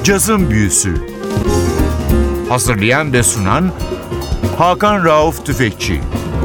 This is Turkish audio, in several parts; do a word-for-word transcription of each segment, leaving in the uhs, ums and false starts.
Cazın Büyüsü. Hazırlayan ve sunan Hakan Rauf Tüfekçi.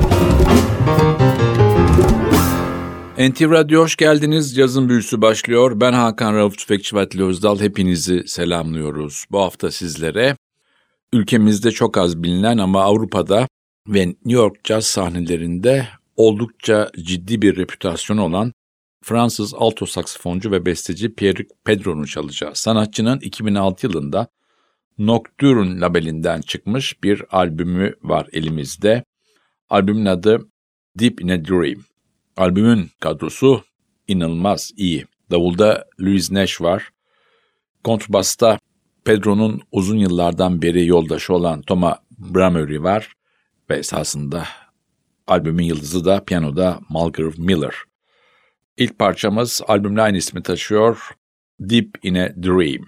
N T V Radyo hoş geldiniz. Cazın Büyüsü başlıyor. Ben Hakan Rauf Tüfekçi ve Atilla Özdal. Hepinizi selamlıyoruz. Bu hafta sizlere ülkemizde çok az bilinen ama Avrupa'da ve New York caz sahnelerinde oldukça ciddi bir reputasyonu olan Fransız alto saksafoncu ve besteci Pierrick Pedron'u çalacağız. Sanatçının iki bin altı yılında Nocturne labelinden çıkmış bir albümü var elimizde. Albümün adı Deep in a Dream. Albümün kadrosu inanılmaz iyi. Davulda Louis Nash var. Kontrbasta Pedro'nun uzun yıllardan beri yoldaşı olan Thomas Bramery var. Ve esasında albümün yıldızı da piyanoda Mulgrew Miller. İlk parçamız albümle aynı ismi taşıyor. Deep in a Dream.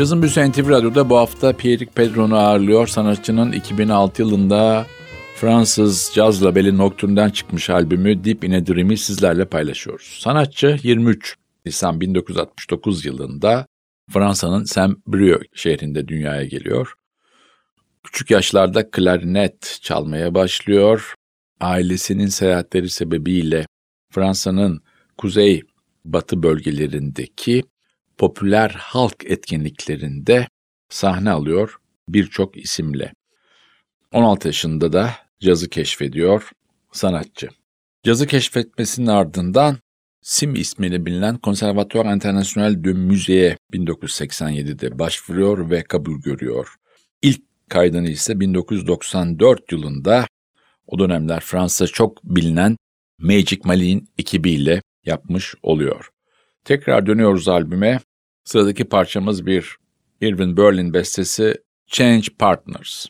Cazın Büyüsü N T V Radyo'da bu hafta Pierrick Pedron'u ağırlıyor. Sanatçının iki bin altı yılında Fransız caz labeli Nocturne'den çıkmış albümü Deep in a Dream'i sizlerle paylaşıyoruz. Sanatçı yirmi üç Nisan bin dokuz yüz altmış dokuz yılında Fransa'nın Saint-Brieuc şehrinde dünyaya geliyor. Küçük yaşlarda klarinet çalmaya başlıyor. Ailesinin seyahatleri sebebiyle Fransa'nın kuzey batı bölgelerindeki popüler halk etkinliklerinde sahne alıyor birçok isimle. on altı yaşında da cazı keşfediyor sanatçı. Cazı keşfetmesinin ardından S I M ismiyle bilinen Conservatoire International de Musique bin dokuz yüz seksen yedide başvuruyor ve kabul görüyor. İlk kaydını ise bin dokuz yüz doksan dört yılında o dönemler Fransa çok bilinen Magic Mali'nin ekibiyle yapmış oluyor. Tekrar dönüyoruz albüme. Sıradaki parçamız bir Irving Berlin bestesi Change Partners.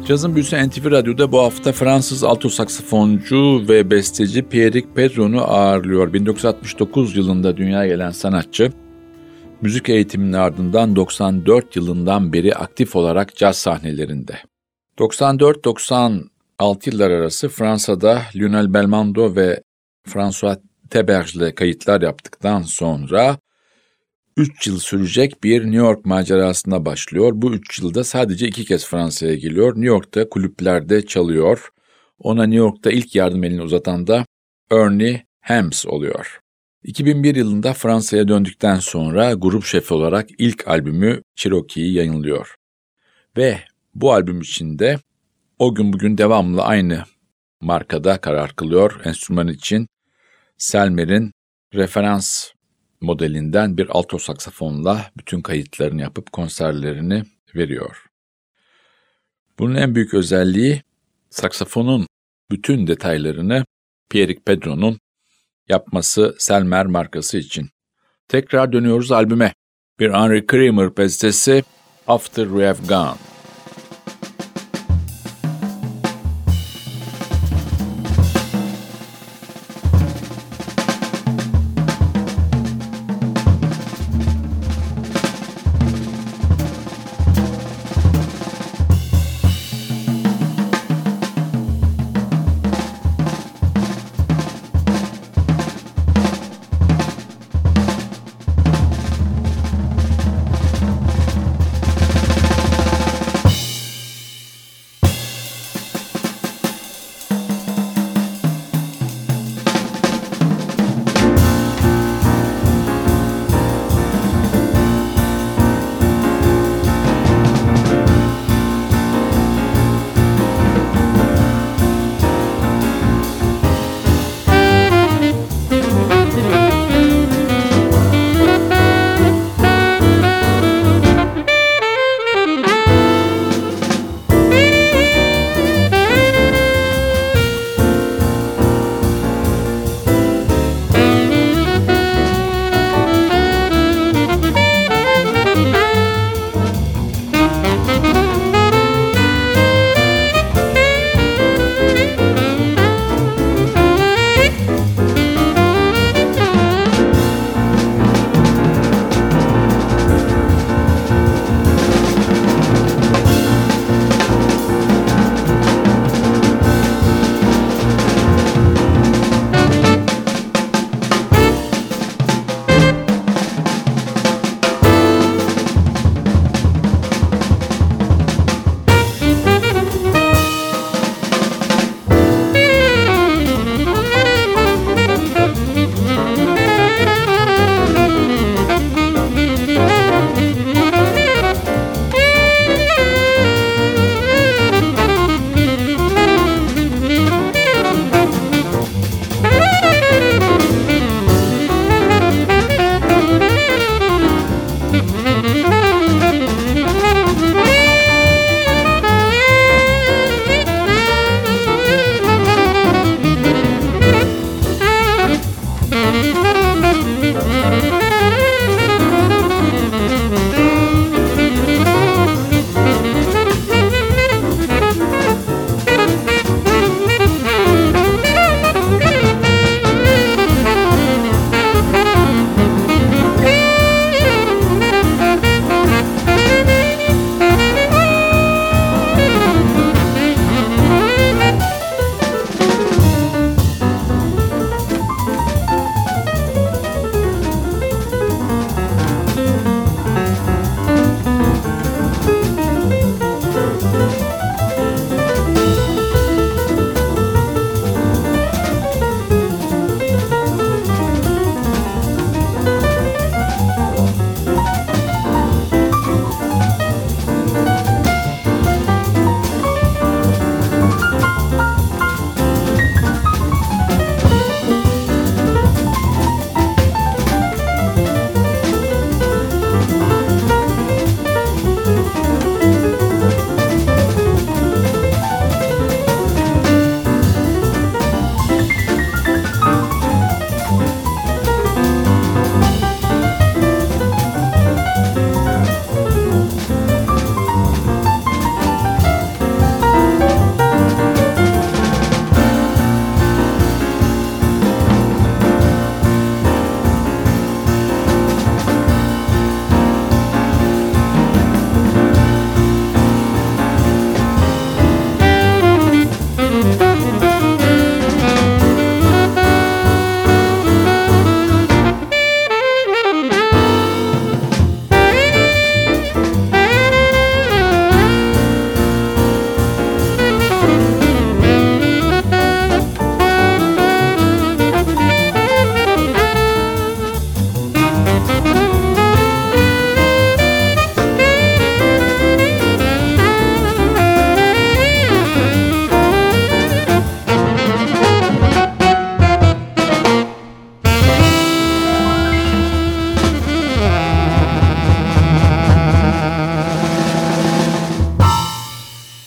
Cazın Büyüsü N T V Radyo'da bu hafta Fransız alto saksafoncu ve besteci Pierrick Pedron'u ağırlıyor. bin dokuz yüz altmış dokuz yılında dünyaya gelen sanatçı, müzik eğitiminin ardından doksan dört yılından beri aktif olarak caz sahnelerinde. doksan dört doksan altı yıllar arası Fransa'da Lionel Belmondo ve François Teberge ile kayıtlar yaptıktan sonra üç yıl sürecek bir New York macerasına başlıyor. Bu üç yılda sadece iki kez Fransa'ya geliyor. New York'ta kulüplerde çalıyor. Ona New York'ta ilk yardım elini uzatan da Ernie Helms oluyor. iki bin bir yılında Fransa'ya döndükten sonra grup şefi olarak ilk albümü Cherokee'yi yayınlıyor. Ve bu albüm içinde o gün bugün devamlı aynı markada karar kılıyor. Enstrüman için Selmer'in referans modelinden bir alto saksafonla bütün kayıtlarını yapıp konserlerini veriyor. Bunun en büyük özelliği saksafonun bütün detaylarını Pierrick Pedron'un yapması Selmer markası için. Tekrar dönüyoruz albüme. Bir Henry Creamer bestesi After We Have Gone.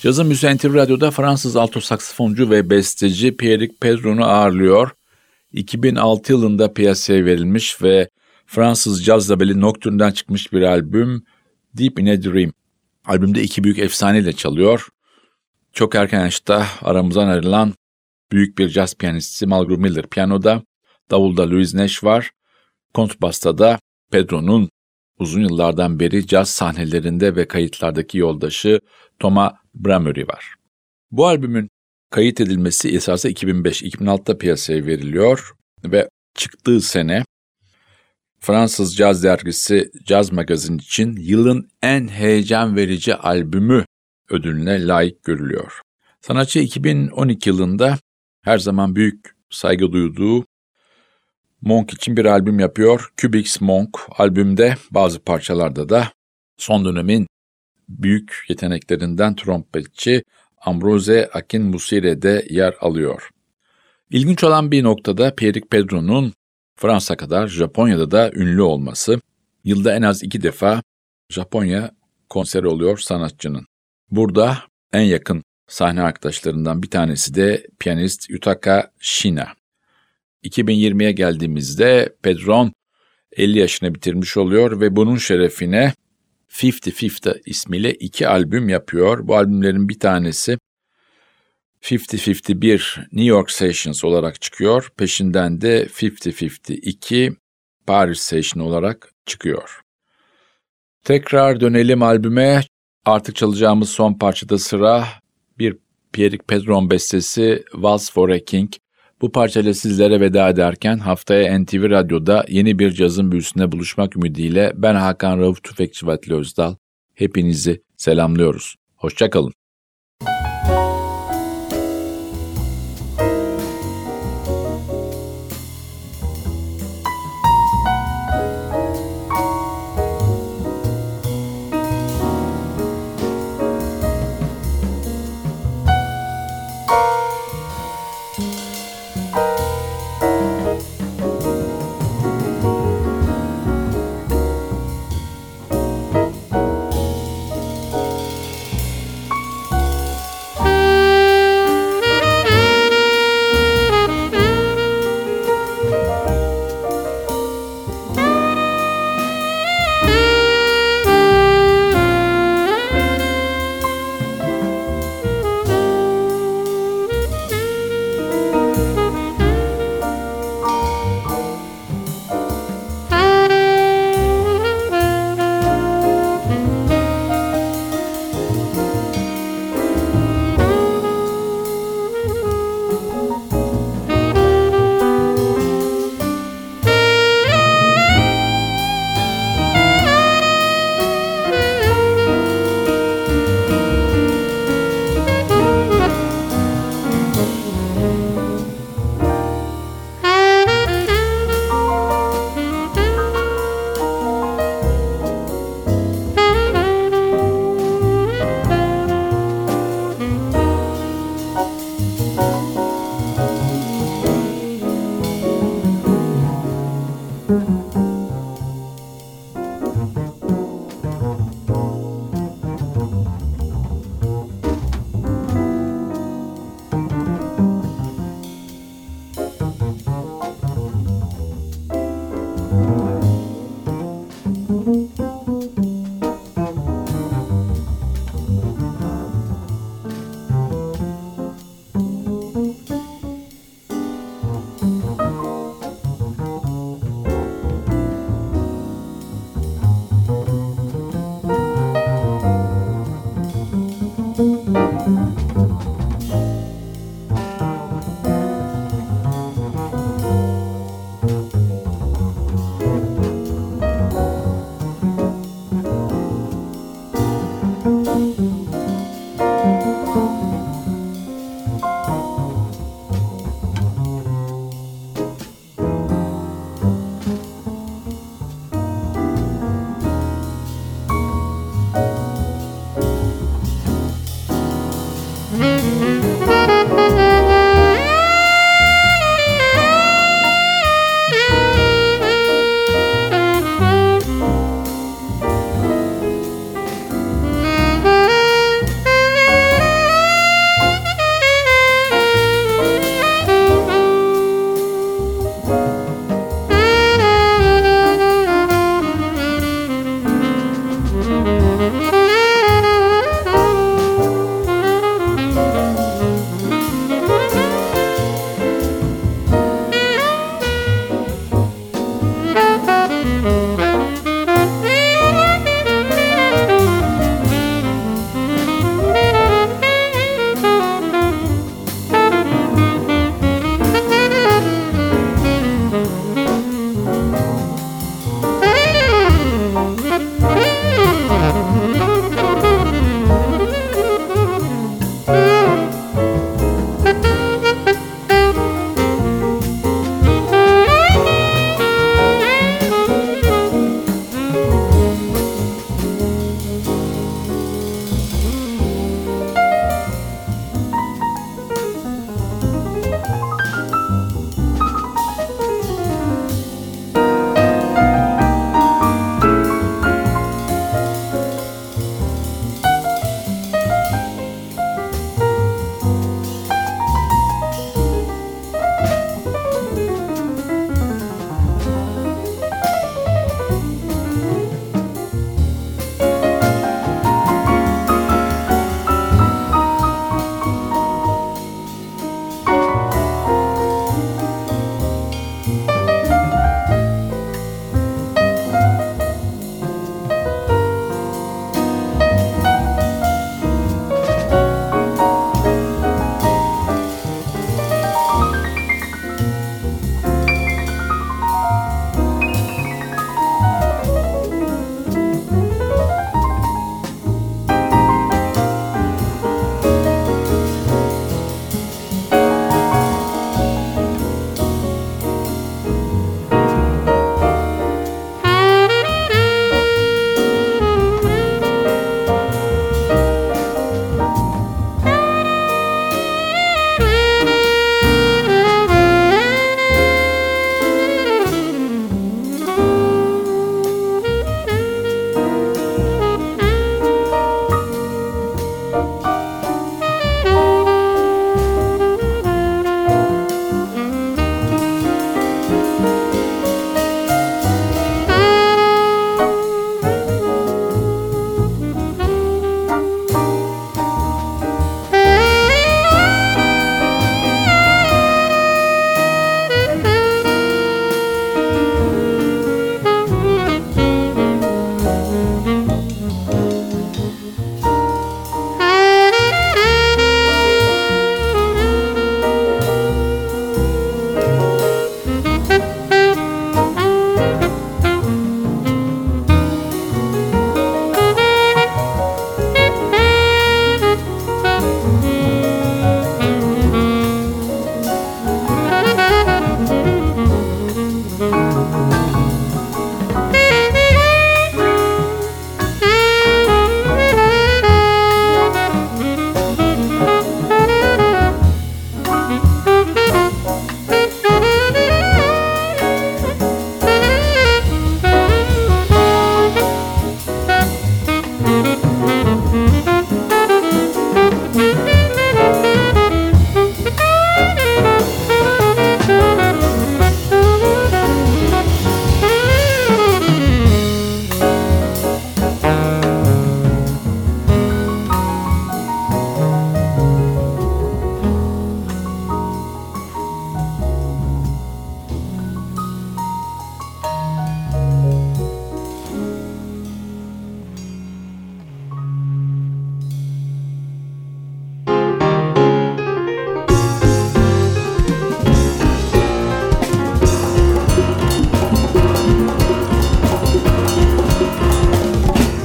Cazın Büyüsü N T V Radyo'da Fransız alto saksafoncu ve besteci Pierrick Pedron'u ağırlıyor. iki bin altı yılında piyasaya verilmiş ve Fransız caz labeli Nocturne'dan çıkmış bir albüm Deep in a Dream. Albümde iki büyük efsaneyle çalıyor. Çok erken yaşta aramızdan ayrılan büyük bir caz piyanisti Mulgrew Miller piyanoda, davulda Louis Nash var, kontrbasta da Pedro'nun uzun yıllardan beri caz sahnelerinde ve kayıtlardaki yoldaşı Thomas Bramery var. Bu albümün kayıt edilmesi esasında iki bin beş iki bin altıda piyasaya veriliyor ve çıktığı sene Fransız caz dergisi Jazz Magazine için yılın en heyecan verici albümü ödülüne layık görülüyor. Sanatçı iki bin on iki yılında her zaman büyük saygı duyduğu Monk için bir albüm yapıyor. Cubics Monk albümde bazı parçalarda da son dönemin büyük yeteneklerinden trompetçi Ambroise Akinmusire de yer alıyor. İlginç olan bir noktada Pierrick Pedron'un Fransa kadar Japonya'da da ünlü olması. Yılda en az iki defa Japonya konseri oluyor sanatçının. Burada en yakın sahne arkadaşlarından bir tanesi de piyanist Yutaka Shina. iki bin yirmiye geldiğimizde Pedron elli yaşını bitirmiş oluyor ve bunun şerefine elli elli ismiyle iki albüm yapıyor. Bu albümlerin bir tanesi elli elli bir New York Sessions olarak çıkıyor. Peşinden de elli elli iki Paris Session olarak çıkıyor. Tekrar dönelim albüme. Artık çalacağımız son parçada sıra bir Pierrick Pedron bestesi Waltz for a King. Bu parçayla sizlere veda ederken haftaya N T V Radyo'da yeni bir cazın büyüsüne buluşmak ümidiyle ben Hakan Rauf Tüfekçi ve Atli Özdal. Hepinizi selamlıyoruz. Hoşça kalın.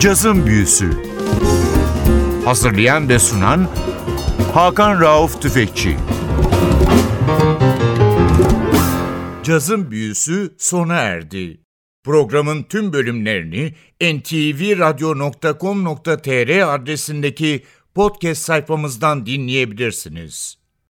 Cazın Büyüsü. Hazırlayan ve sunan Hakan Rauf Tüfekçi. Cazın Büyüsü sona erdi. Programın tüm bölümlerini en te ve radyo nokta com nokta te er adresindeki podcast sayfamızdan dinleyebilirsiniz.